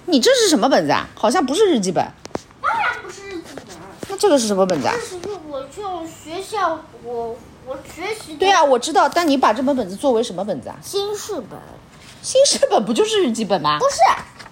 你这是什么本子啊？好像不是日记本。 当然不是日记本。 那这个是什么本子啊？ 这是我去学校我学习的。 对啊，我知道，但你把这本本子作为什么本子啊？ 新式本。 新式本不就是日记本吗？ 不是，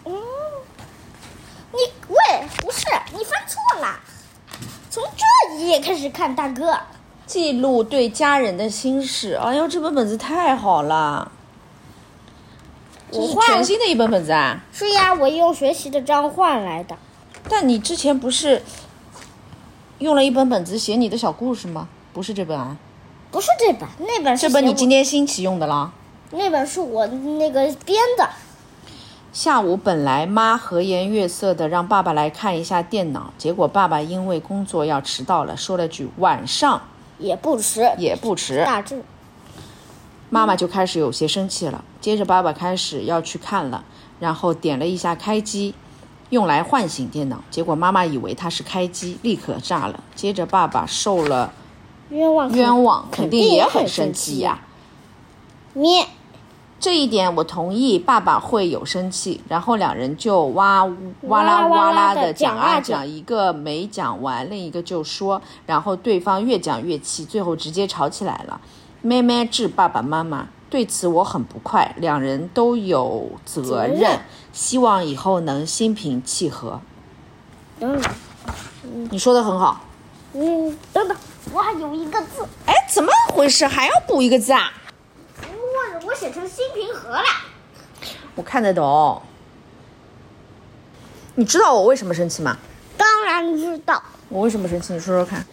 不是，你翻错了。从这一页开始看，大哥。 记录对家人的心事。哎呦，这本本子太好了！这是全新的一本本子啊。 是呀，我用学习的章换来的。 但你之前不是用了一本本子写你的小故事吗？不是这本啊？ 不是这本，那本是这本你今天新起用的啦。 那本是我那个编的。 下午本来妈和颜悦色的让爸爸来看一下电脑，结果爸爸因为工作要迟到了，说了句晚上也不迟。大致。 妈妈就开始有些生气了。接着爸爸开始要去看了，然后点了一下开机，用来唤醒电脑，结果妈妈以为它是开机，立刻炸了。接着爸爸受了冤枉，肯定也很生气呀。这一点我同意，爸爸会有生气，然后两人就哇啦的讲啊讲，一个没讲完，另一个就说，然后对方越讲越气，最后直接吵起来了。妹妹治爸爸妈妈，对此我很不快，两人都有责任，希望以后能心平气和。你说的很好。 等等，我还有一个字。 哎，怎么回事？还要补一个字啊？ 我写成心平和了。 我看得懂。你知道我为什么生气吗？ 当然知道。 我为什么生气？你说说看。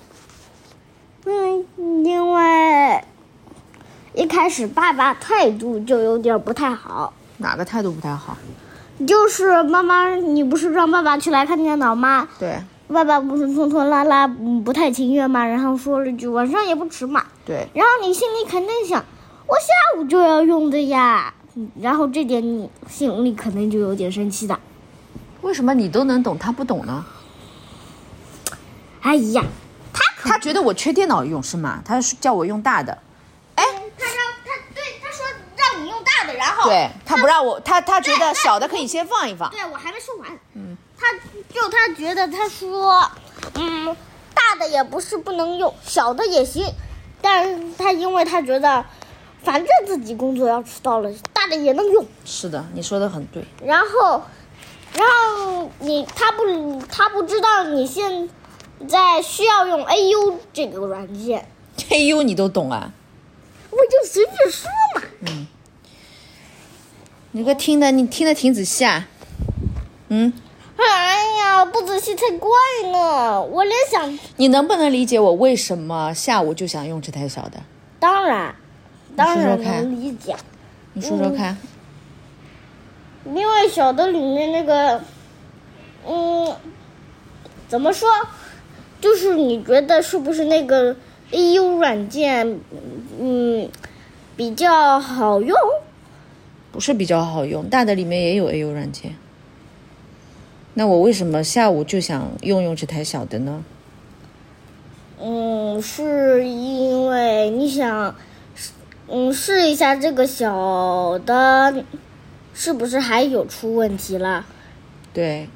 因为一开始爸爸态度就有点不太好。 哪个态度不太好？ 就是妈妈，你不是让爸爸去来看电脑吗？ 对。 爸爸不是拖拖拉拉，不太情愿嘛，然后说了句晚上也不迟嘛。 对。 然后你心里肯定想，我下午就要用的呀。然后这点你心里肯定就有点生气的。 为什么你都能懂，他不懂呢？ 哎呀， 他觉得我缺电脑用是吗？他叫我用大的。 哎，他说让你用大的，然后对他不让我，他觉得小的可以先放一放。 对，我还没说完。他觉得他说，大的也不是不能用，小的也行，但是他因为他觉得，反正自己工作要迟到了，大的也能用。 是的，你说的很对。 然后他不知道你现在需要用 AU 这个软件。 AU 你都懂啊？ 我就随便说嘛。 你听得挺仔细啊。 哎呀，不仔细才怪呢！我连想， 你能不能理解我为什么下午就想用这台小的？ 当然能理解。 你说说看。 因为小的里面那个，怎么说？就是你觉得是不是那个 AU 软件，比较好用？ 不是比较好用，大的里面也有 AU 软件。那我为什么下午就想用这台小的呢？ 是因为你想，试一下这个小的，是不是还有出问题了？ 对。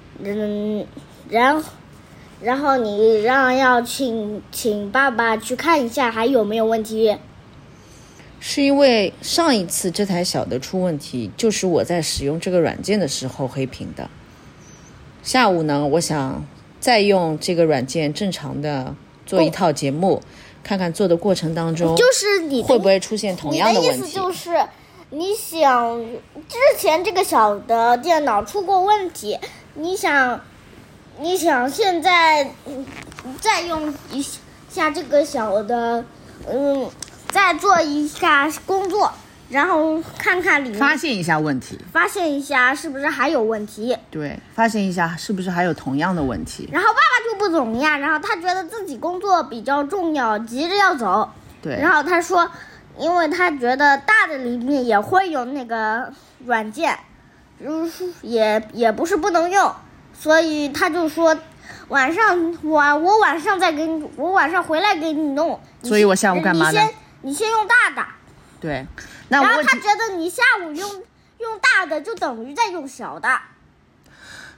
然后你要请爸爸去看一下还有没有问题。 是因为上一次这台小的出问题，就是我在使用这个软件的时候黑屏的。下午呢，我想再用这个软件正常的做一套节目，看看做的过程当中， 就是你会不会出现同样的问题。 你的意思就是你想之前这个小的电脑出过问题，你想现在再用一下这个小的，再做一下工作，然后看看里面发现一下问题， 发现一下是不是还有问题。 对，发现一下是不是还有同样的问题。 然后爸爸就不懂呀，然后他觉得自己工作比较重要，急着要走。 对。 然后他说，因为他觉得大的里面也会有那个软件，也不是不能用，所以他就说晚上我晚上我晚上回来给你弄。 所以我下午干嘛呢？ 你先用大的。 对。 然后他觉得你下午用大的就等于在用小的。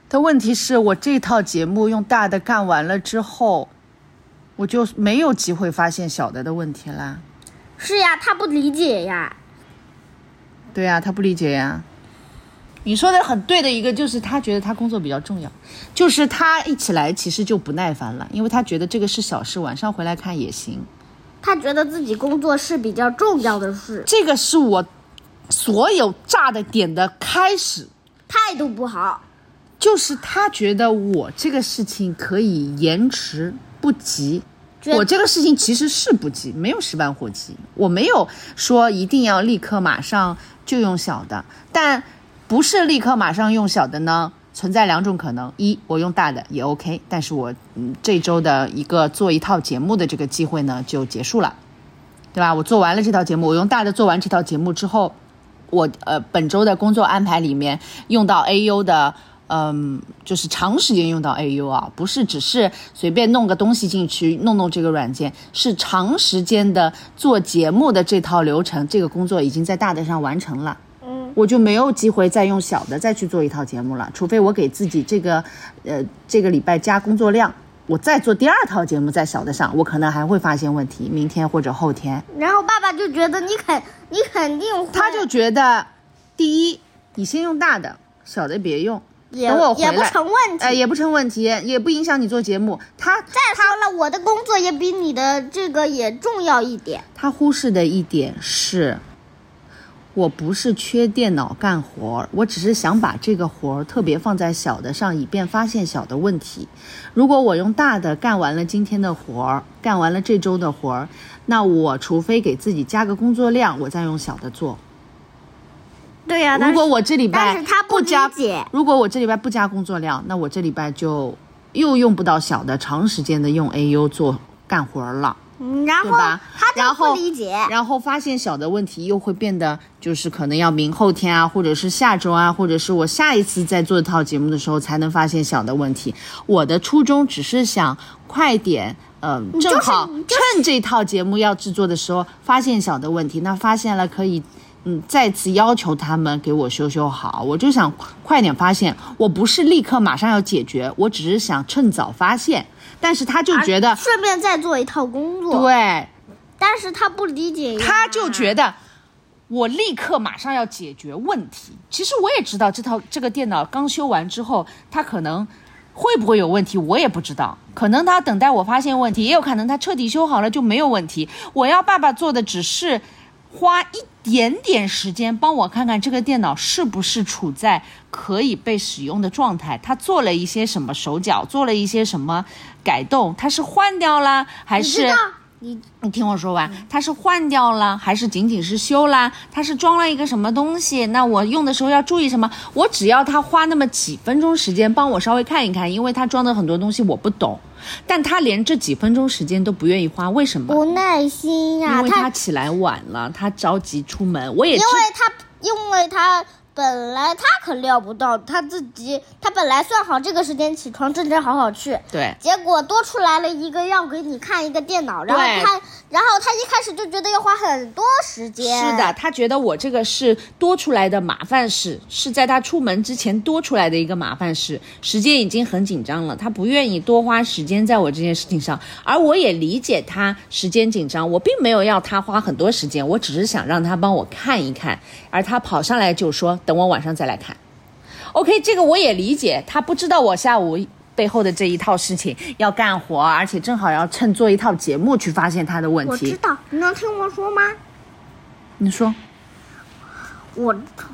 但问题是我这套节目用大的干完了之后，我就没有机会发现小的问题啦。 是呀，他不理解呀。 对呀，他不理解呀。你说的很对的一个就是他觉得他工作比较重要，就是他一起来其实就不耐烦了，因为他觉得这个是小事，晚上回来看也行。 他觉得自己工作是比较重要的事。 这个是我所有炸的点的开始。 态度不好。 就是他觉得我这个事情可以延迟不急，我这个事情其实是不急，没有10万火急，我没有说一定要立刻马上就用小的，但不是立刻马上用小的呢，存在2种可能：一，我用大的也 OK， 但是我这周的做一套节目的这个机会呢就结束了，对吧？我做完了这套节目，我用大的做完这套节目之后，我本周的工作安排里面用到 AU 的。就是长时间用到 AU 啊，不是只是随便弄个东西进去弄这个软件，是长时间的做节目的这套流程，这个工作已经在大的上完成了。我就没有机会再用小的再去做一套节目了，除非我给自己这个礼拜加工作量，我再做第2套节目在小的上，我可能还会发现问题，明天或者后天。 然后爸爸就觉得你肯定会， 他就觉得第一，你先用大的，小的别用。等我回来也不成问题， 也不成问题，也不影响你做节目。再说了，我的工作也比你的这个也重要一点。 他忽视的一点是，我不是缺电脑干活，我只是想把这个活特别放在小的上，以便发现小的问题。如果我用大的干完了今天的活，干完了这周的活，那我除非给自己加个工作量，我再用小的做。 对呀， 如果我这礼拜不加， 如果我这礼拜不加工作量，那我这礼拜就又用不到小的长时间的用 AU 做干活了。 然后他就不理解， 然后发现小的问题又会变得就是可能要明后天啊，或者是下周啊，或者是我下一次再做一套节目的时候才能发现小的问题。我的初衷只是想快点正好趁这套节目要制作的时候发现小的问题，那发现了可以再次要求他们给我修好，我就想快点发现，我不是立刻马上要解决，我只是想趁早发现。但是他就觉得顺便再做一套工作， 对， 但是他不理解呀， 他就觉得我立刻马上要解决问题。其实我也知道这个电脑刚修完之后，它可能会不会有问题，我也不知道。可能他等待我发现问题，也有可能他彻底修好了就没有问题。我要爸爸做的只是花一点点时间帮我看看这个电脑是不是处在可以被使用的状态，他做了一些什么手脚，做了一些什么改动，他是换掉了还是你听我说完，他是换掉了还是仅仅是修啦，他是装了一个什么东西，那我用的时候要注意什么，我只要他花那么几分钟时间帮我稍微看一看，因为他装的很多东西我不懂，但他连这几分钟时间都不愿意花，为什么？ 不耐心呀， 因为他起来晚了，他着急出门。我也因为他本来他可料不到他本来算好这个时间起床正好去， 对， 结果多出来了一个要给你看一个电脑，然后他一开始就觉得要花很多时间。 是的，他觉得我这个是多出来的麻烦事，是在他出门之前多出来的一个麻烦事，时间已经很紧张了，他不愿意多花时间在我这件事情上。而我也理解他时间紧张，我并没有要他花很多时间，我只是想让他帮我看一看，而他跑上来就说等我晚上再来看。 OK， 这个我也理解，他不知道我下午背后的这一套事情要干活，而且正好要趁做一套节目去发现他的问题。 我知道，你能听我说吗？ 你说。 我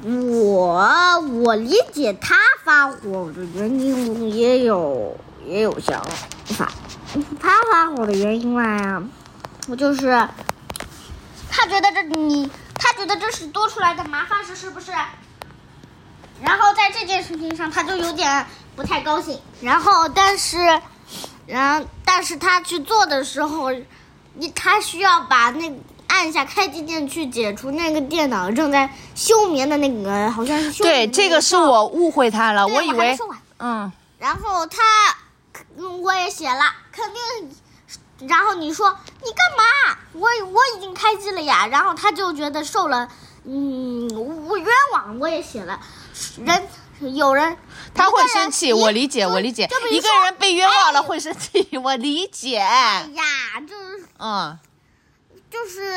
理解他发火的原因，也有想法。他发火的原因啊，我就是他觉得这是多出来的麻烦事，是不是？然后在这件事情上他就有点不太高兴，但是他去做的时候，他需要把按下开机键去解除那个电脑正在休眠的那个，好像是休眠的。对， 这个是我误会他了，我以为然后我也写了，肯定。然后你说你干嘛？我已经开机了呀。然后他就觉得受了我冤枉，我也写了。 有人他会生气，我理解。一个人被冤枉了会生气，我理解。 哎呀，就是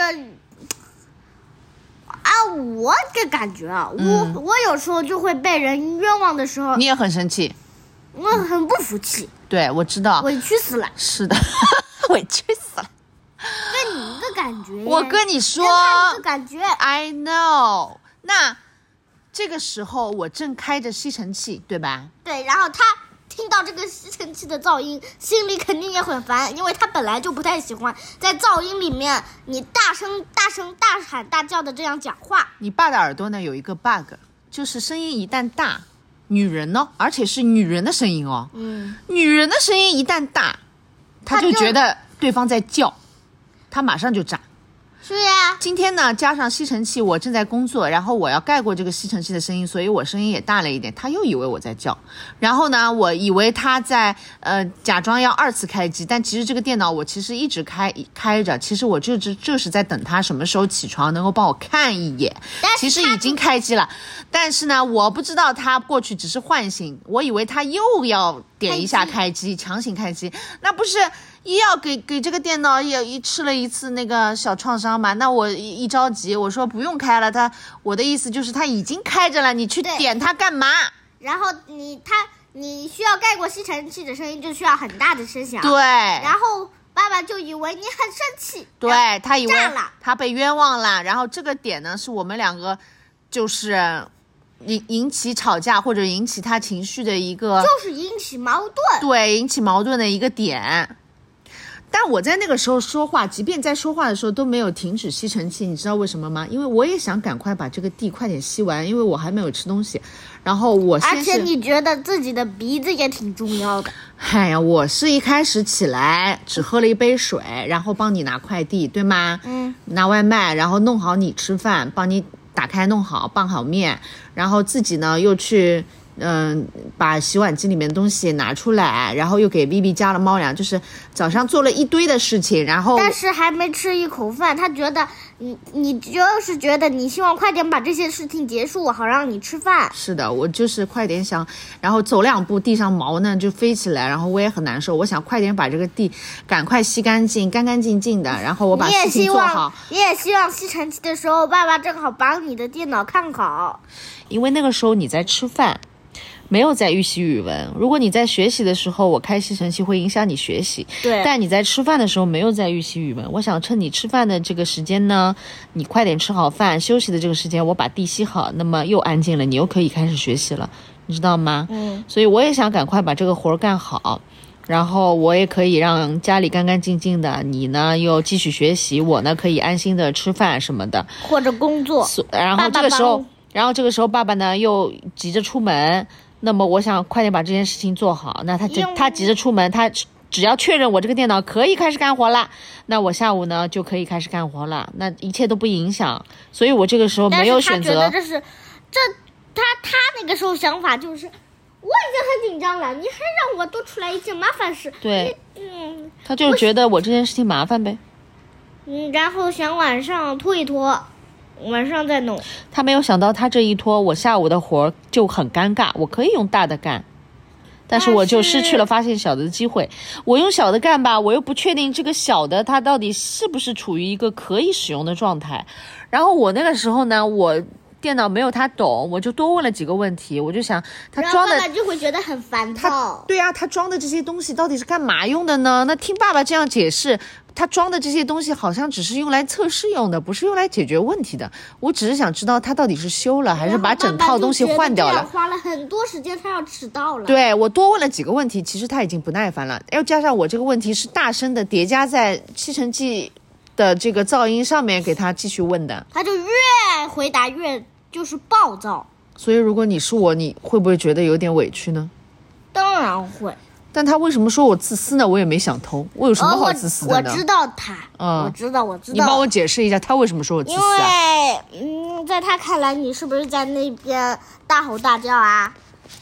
我的感觉啊，我有时候就会被人冤枉的时候， 你也很生气， 我很不服气。 对，我知道， 委屈死了。 是的，委屈死了。 跟你一个感觉。 我跟你说， 一个感觉。 I know。那这个时候我正开着吸尘器，对吧？ 对，然后他听到这个吸尘器的噪音，心里肯定也很烦，因为他本来就不太喜欢在噪音里面你大声大喊大叫的这样讲话。 你爸的耳朵呢有一个 bug， 就是声音一旦大，女人呢，而且是女人的声音哦，女人的声音一旦大，他就觉得对方在叫，他马上就炸。 是呀， 今天呢，加上吸尘器，我正在工作，然后我要盖过这个吸尘器的声音，所以我声音也大了一点。他又以为我在叫，然后呢，我以为他在假装要2次开机，但其实这个电脑我其实一直开着，其实我就是在等他什么时候起床能够帮我看一眼，其实已经开机了，但是呢，我不知道他过去只是唤醒，我以为他又要点一下开机，强行开机，那不是又要给这个电脑也吃了一次那个小创伤嘛？那我一着急，我说不用开了，我的意思就是它已经开着了，你去点它干嘛？ 然后你需要盖过吸尘器的声音，就需要很大的声响。 对。 然后爸爸就以为你很生气， 对，他以为他被冤枉了。然后这个点呢，是我们两个就是引起吵架或者引起他情绪的一个， 就是引起矛盾。 对，引起矛盾的一个点。但我在那个时候说话，即便在说话的时候都没有停止吸尘器，你知道为什么吗？因为我也想赶快把这个地快点吸完，因为我还没有吃东西。然后而且你觉得自己的鼻子也挺重要的。 哎呀，我是一开始起来只喝了一杯水，然后帮你拿快递，对吗？拿外卖，然后弄好你吃饭，帮你打开弄好拌好面，然后自己呢又去把洗碗机里面的东西拿出来，然后又给 Vivi 加了猫粮，就是早上做了一堆的事情，然后但是还没吃一口饭，他觉得你就是觉得你希望快点把这些事情结束，好让你吃饭。 是的，我就是快点想，然后走2步地上毛呢就飞起来，然后我也很难受，我想快点把这个地赶快吸干净，干干净净的，然后我把事情做好。 你也希望吸尘器的时候爸爸正好把你的电脑看好， 因为那个时候你在吃饭，没有在预习语文。如果你在学习的时候，我开吸尘器会影响你学习。 对。 但你在吃饭的时候没有在预习语文。我想趁你吃饭的这个时间呢，你快点吃好饭，休息的这个时间我把地吸好，那么又安静了，你又可以开始学习了，你知道吗？所以我也想赶快把这个活干好，然后我也可以让家里干干净净的，你呢又继续学习，我呢可以安心的吃饭什么的， 或者工作。 然后这个时候爸爸呢又急着出门，那么我想快点把这件事情做好。那他急着出门，他只要确认我这个电脑可以开始干活了，那我下午呢就可以开始干活了，那一切都不影响。所以我这个时候没有选择。 但是他觉得他那个时候想法就是，我已经很紧张了，你还让我多出来一件麻烦事。 对，他就觉得我这件事情麻烦呗。 然后想晚上拖一拖，晚上再弄。 他没有想到他这一拖，我下午的活就很尴尬。我可以用大的干，但是我就失去了发现小的机会。我用小的干吧，我又不确定这个小的它到底是不是处于一个可以使用的状态。然后我那个时候呢，我电脑没有他懂，我就多问了几个问题。我就想他装的， 然后爸爸就会觉得很烦躁。 对啊，他装的这些东西到底是干嘛用的呢？那听爸爸这样解释，他装的这些东西好像只是用来测试用的，不是用来解决问题的。我只是想知道他到底是修了还是把整套东西换掉了。 爸爸花了很多时间，他要迟到了。 对，我多问了几个问题，其实他已经不耐烦了。要加上我这个问题是大声的叠加在吸尘器的这个噪音上面给他继续问的， 他就越回答越就是暴躁。 所以如果你是我，你会不会觉得有点委屈呢？ 当然会。 但他为什么说我自私呢？我也没想通，我有什么好自私的呢？ 我知道他，我知道。 你帮我解释一下，他为什么说我自私啊？因为在他看来，你是不是在那边大吼大叫啊？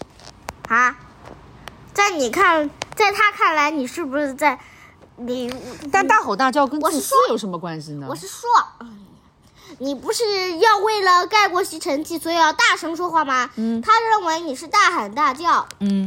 在他看来，你是不是在但大吼大叫跟自私有什么关系呢？ 我是说， 你不是要为了盖过吸尘器，所以要大声说话吗？他认为你是大喊大叫。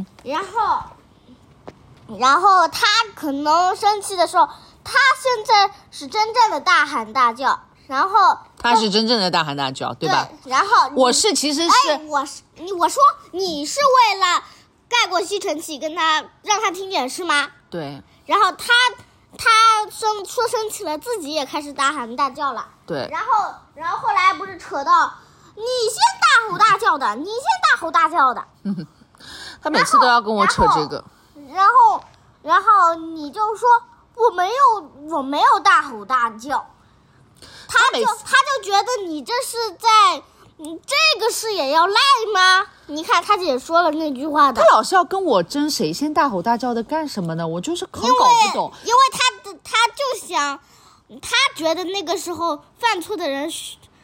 然后他可能生气的时候，他现在是真正的大喊大叫。然后他是真正的大喊大叫，对吧？ 对，然后我是其实是， 我说你是为了盖过吸尘器，跟他让他听见是吗？ 对。 然后他生气了，自己也开始大喊大叫了。 对。 然后后来不是扯到你先大吼大叫的，你先大吼大叫的。 他每次都要跟我扯这个。 然后你就说我没有大吼大叫。他就觉得你这是在，这个事也要赖吗？你看他姐说了那句话的。 他老是要跟我争谁先大吼大叫的干什么呢？我就是很搞不懂。 因为他就想，他觉得那个时候犯错的人，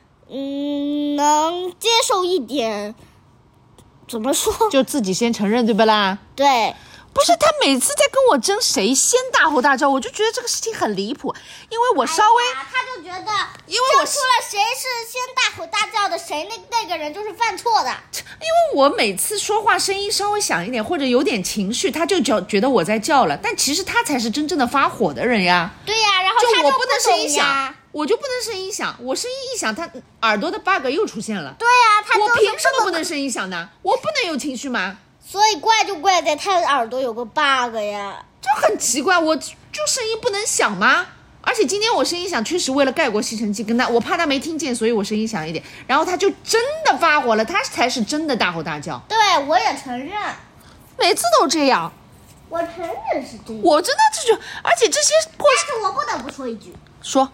能接受一点，怎么说？ 就自己先承认，对不啦？ 对。 不是他每次在跟我争谁先大吼大叫，我就觉得这个事情很离谱，因为我稍微， 他就觉得， 因为我出了谁是先大吼大叫的，谁那个人就是犯错的。 因为我每次说话声音稍微响一点，或者有点情绪，他就觉得我在叫了，但其实他才是真正的发火的人呀。 对呀，然后他就我不能声音响， 我就不能声音响，我声音一响，他耳朵的 bug 又出现了。 对呀， 我凭什么不能声音响呢？我不能有情绪吗？ 所以怪就怪在他的耳朵有个 bug 呀， 就很奇怪，我就声音不能响吗？而且今天我声音响，确实为了盖过吸尘器，我怕他没听见，所以我声音响一点，然后他就真的发火了，他才是真的大吼大叫。 对，我也承认， 每次都这样。 我承认是这样。 我真的这就，而且这些破事， 但是我不得不说一句。 说。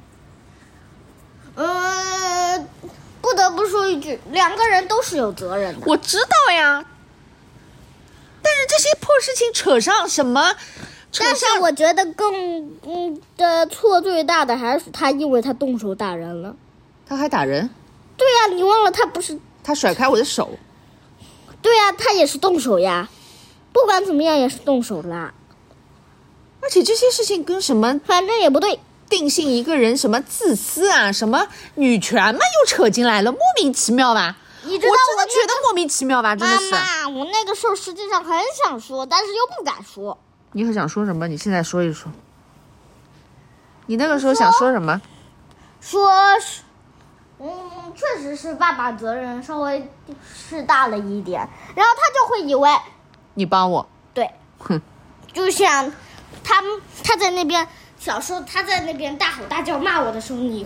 不得不说一句，两个人都是有责任的。 我知道呀。但是这些破事情扯上什么？ 但是我觉得的错最大的还是他，因为他动手打人了。 他还打人？ 对呀，你忘了他不是？ 他甩开我的手。 对呀，他也是动手呀，不管怎么样也是动手啦。 而且这些事情跟什么？ 反正也不对。 定性一个人什么自私啊，什么女权嘛，又扯进来了，莫名其妙吧？ 你知道我真的觉得莫名其妙吧，真的是。 妈妈，我那个时候实际上很想说，但是又不敢说。 你很想说什么？你现在说一说。你那个时候想说什么？ 说是，确实是爸爸责任稍微是大了一点，然后他就会以为你帮我。 对， 哼， 就像他在那边小时候，他在那边大吼大叫骂我的时候，你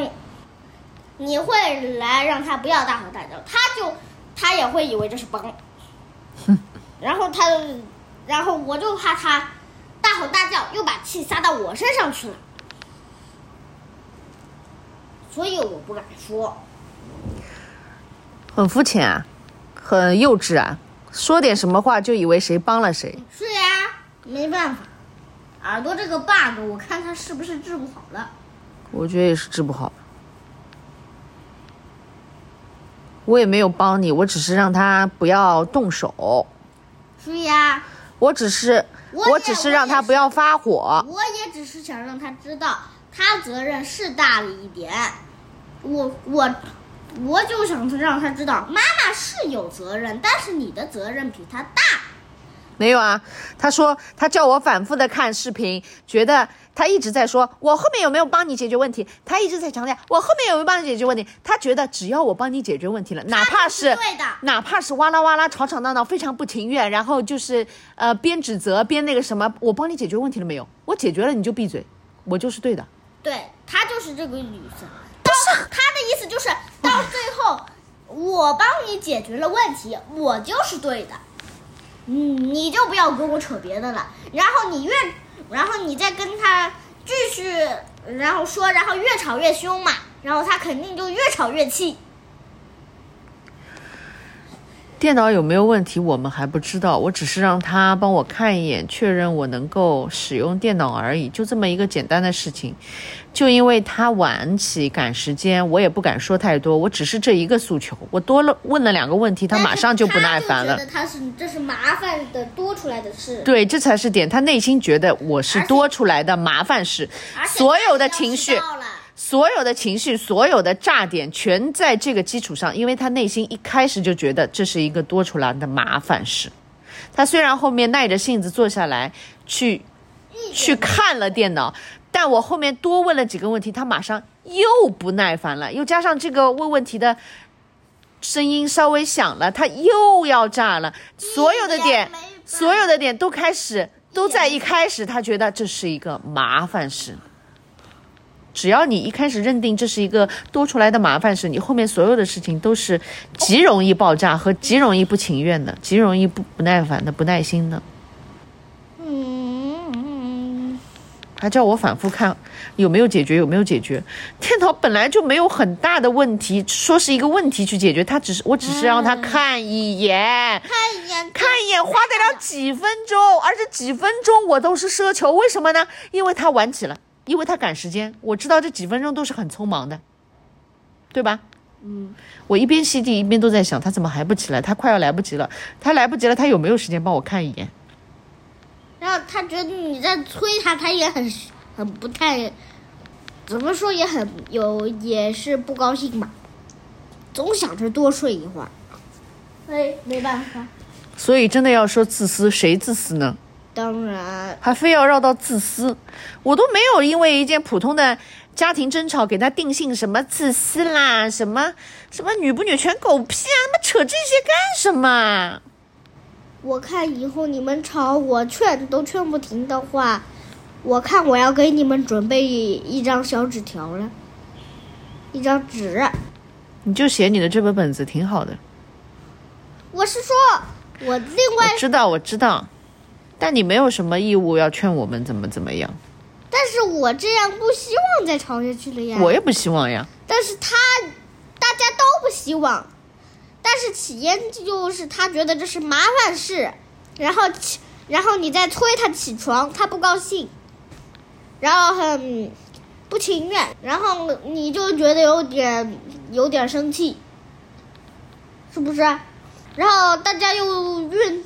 会来让他不要大吼大叫，他也会以为这是帮，然后我就怕他大吼大叫，又把气撒到我身上去了，所以我不敢说。 很肤浅啊，很幼稚啊，说点什么话就以为谁帮了谁。 是呀，没办法，耳朵这个 bug， 我看他是不是治不好了。 我觉得也是治不好。我也没有帮你，我只是让他不要动手。 是呀， 我只是让他不要发火。 我也只是想让他知道，他责任是大了一点。我就想让他知道，妈妈是有责任，但是你的责任比他大。 没有啊，他说他叫我反复的看视频，觉得他一直在说我后面有没有帮你解决问题，他一直在强调我后面有没有帮你解决问题，他觉得只要我帮你解决问题了，哪怕是哇啦哇啦吵吵闹闹非常不情愿，然后就是边指责边那个什么，我帮你解决问题了没有？我解决了你就闭嘴，我就是对的。 对，他就是这个意思。他的意思就是到最后我帮你解决了问题，我就是对的。你就不要跟我扯别的了，然后你再跟他继续然后说，然后越吵越凶嘛，然后他肯定就越吵越气。 电脑有没有问题我们还不知道，我只是让他帮我看一眼，确认我能够使用电脑而已，就这么一个简单的事情。就因为他晚起赶时间，我也不敢说太多，我只是这一个诉求。我多问了2个问题，他马上就不耐烦了。 他觉得这是麻烦的多出来的事。 对，这才是点，他内心觉得我是多出来的麻烦事，所有的情绪所有的情绪，所有的炸点全在这个基础上，因为他内心一开始就觉得这是一个多出来的麻烦事。他虽然后面耐着性子坐下来去看了电脑，但我后面多问了几个问题，他马上又不耐烦了，又加上这个问题的声音稍微响了，他又要炸了。所有的点都在一开始他觉得这是一个麻烦事。只要你一开始认定这是一个多出来的麻烦事，你后面所有的事情都是极容易爆炸和极容易不情愿的，极容易不耐烦的，不耐心的。还叫我反复看有没有解决。电脑本来就没有很大的问题，说是一个问题去解决，我只是让他看一眼，花得了几分钟，而且几分钟我都是奢求。为什么呢？因为他晚起了，因为他赶时间，我知道这几分钟都是很匆忙的，对吧？我一边吸地一边都在想，他怎么还不起来？他快要来不及了，他有没有时间帮我看一眼？ 然后他觉得你在催他，他也很不太，怎么说也是不高兴嘛，总想着多睡一会儿。没办法。 所以真的要说自私，谁自私呢？ 当然， 还非要绕到自私，我都没有因为一件普通的家庭争吵给他定性什么自私啦，什么女不女权狗屁啊，他妈扯这些干什么？ 我看以后你们吵，我劝不停的话，我看我要给你们准备一张小纸条了，一张纸。 你就写你的这本子挺好的。 我是说，我知道，但你没有什么义务要劝我们怎么样。 但是我这样不希望再吵下去了呀。 我也不希望呀。 但是大家都不希望。但是起因就是他觉得这是麻烦事，然后你再催他起床，他不高兴，然后很不情愿，然后你就觉得有点生气，是不是？然后大家又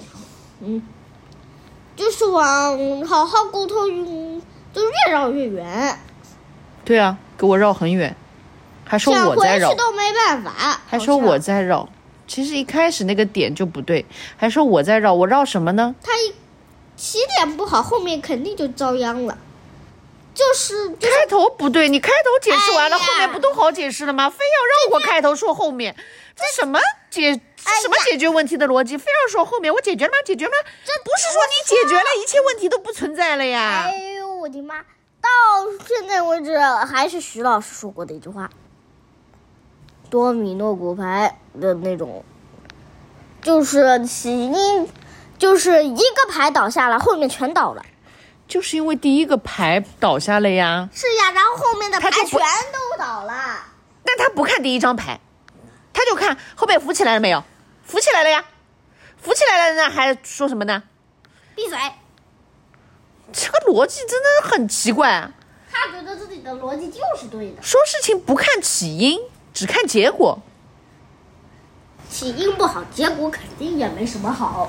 就是往好好沟通，就越绕越远。 对啊，给我绕很远，还说我在绕， 想回去都没办法， 还说我在绕。其实一开始那个点就不对，还说我在绕，我绕什么呢？ 他起点不好，后面肯定就遭殃了。就是开头不对，你开头解释完了，后面不都好解释了吗？非要绕过开头说后面，这什么解决问题的逻辑？非要说后面我解决了吗？解决了吗？这不是说你解决了一切问题都不存在了呀？ 哎呦我的妈！到现在为止，还是徐老师说过的一句话。多米诺骨牌的那种，就是起因，就是一个牌倒下了，后面全倒了， 就是因为第一个牌倒下了呀。 是呀，然后后面的牌全都倒了。 那他不看第一张牌，他就看后面浮起来了没有？浮起来了呀，浮起来了呢，还说什么呢？ 闭嘴！ 这个逻辑真的很奇怪啊。 他觉得自己的逻辑就是对的。 说事情不看起因，只看结果。 起因不好，结果肯定也没什么好。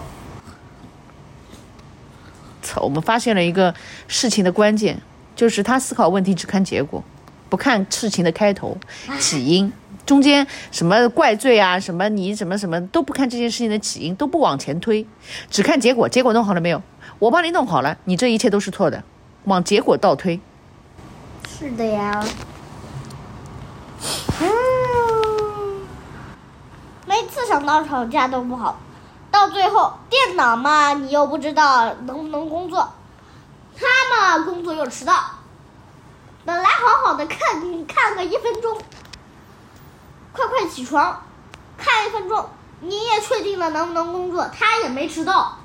我们发现了一个事情的关键，就是他思考问题只看结果，不看事情的开头、起因，中间什么怪罪啊，什么你什么什么都不看这件事情的起因，都不往前推，只看结果。结果弄好了没有？我帮你弄好了，你这一切都是错的，往结果倒推。 是的呀。每次想到吵架都不好，到最后电脑嘛，你又不知道能不能工作，他嘛工作又迟到，本来好好的看个1分钟，快起床，看1分钟，你也确定了能不能工作，他也没迟到，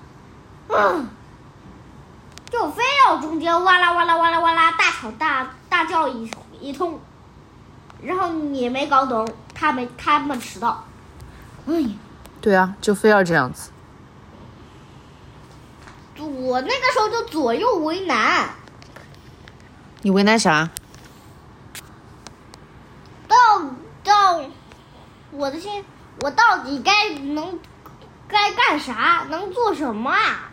就非要中间哇啦哇啦哇啦哇啦大吵大叫一通，然后你也没搞懂他们迟到。 对啊，就非要这样子。 我那个时候就左右为难。 你为难啥？ 到我的心，我到底该干啥？能做什么啊？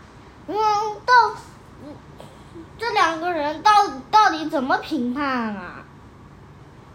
这两个人到底怎么评判啊？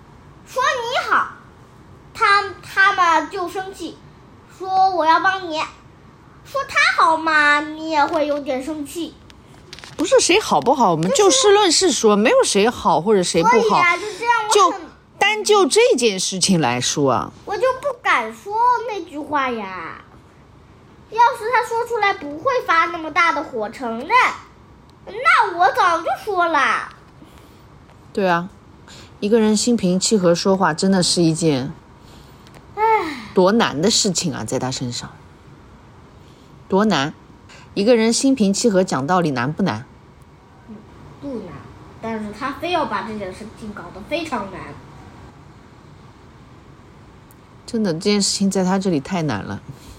说你好，他们就生气，说我要帮你。说他好嘛，你也会有点生气。 不是谁好不好，我们就事论事说，没有谁好或者谁不好。 所以啊，就这样就单就这件事情来说啊， 我就不敢说那句话呀。要是他说出来，不会发那么大的火，承认。那我早就说了。 对啊，一个人心平气和说话，真的是一件多难的事情啊，在他身上多难。一个人心平气和讲道理难不难？ 不难，但是他非要把这件事情搞得非常难。 真的，这件事情在他这里太难了。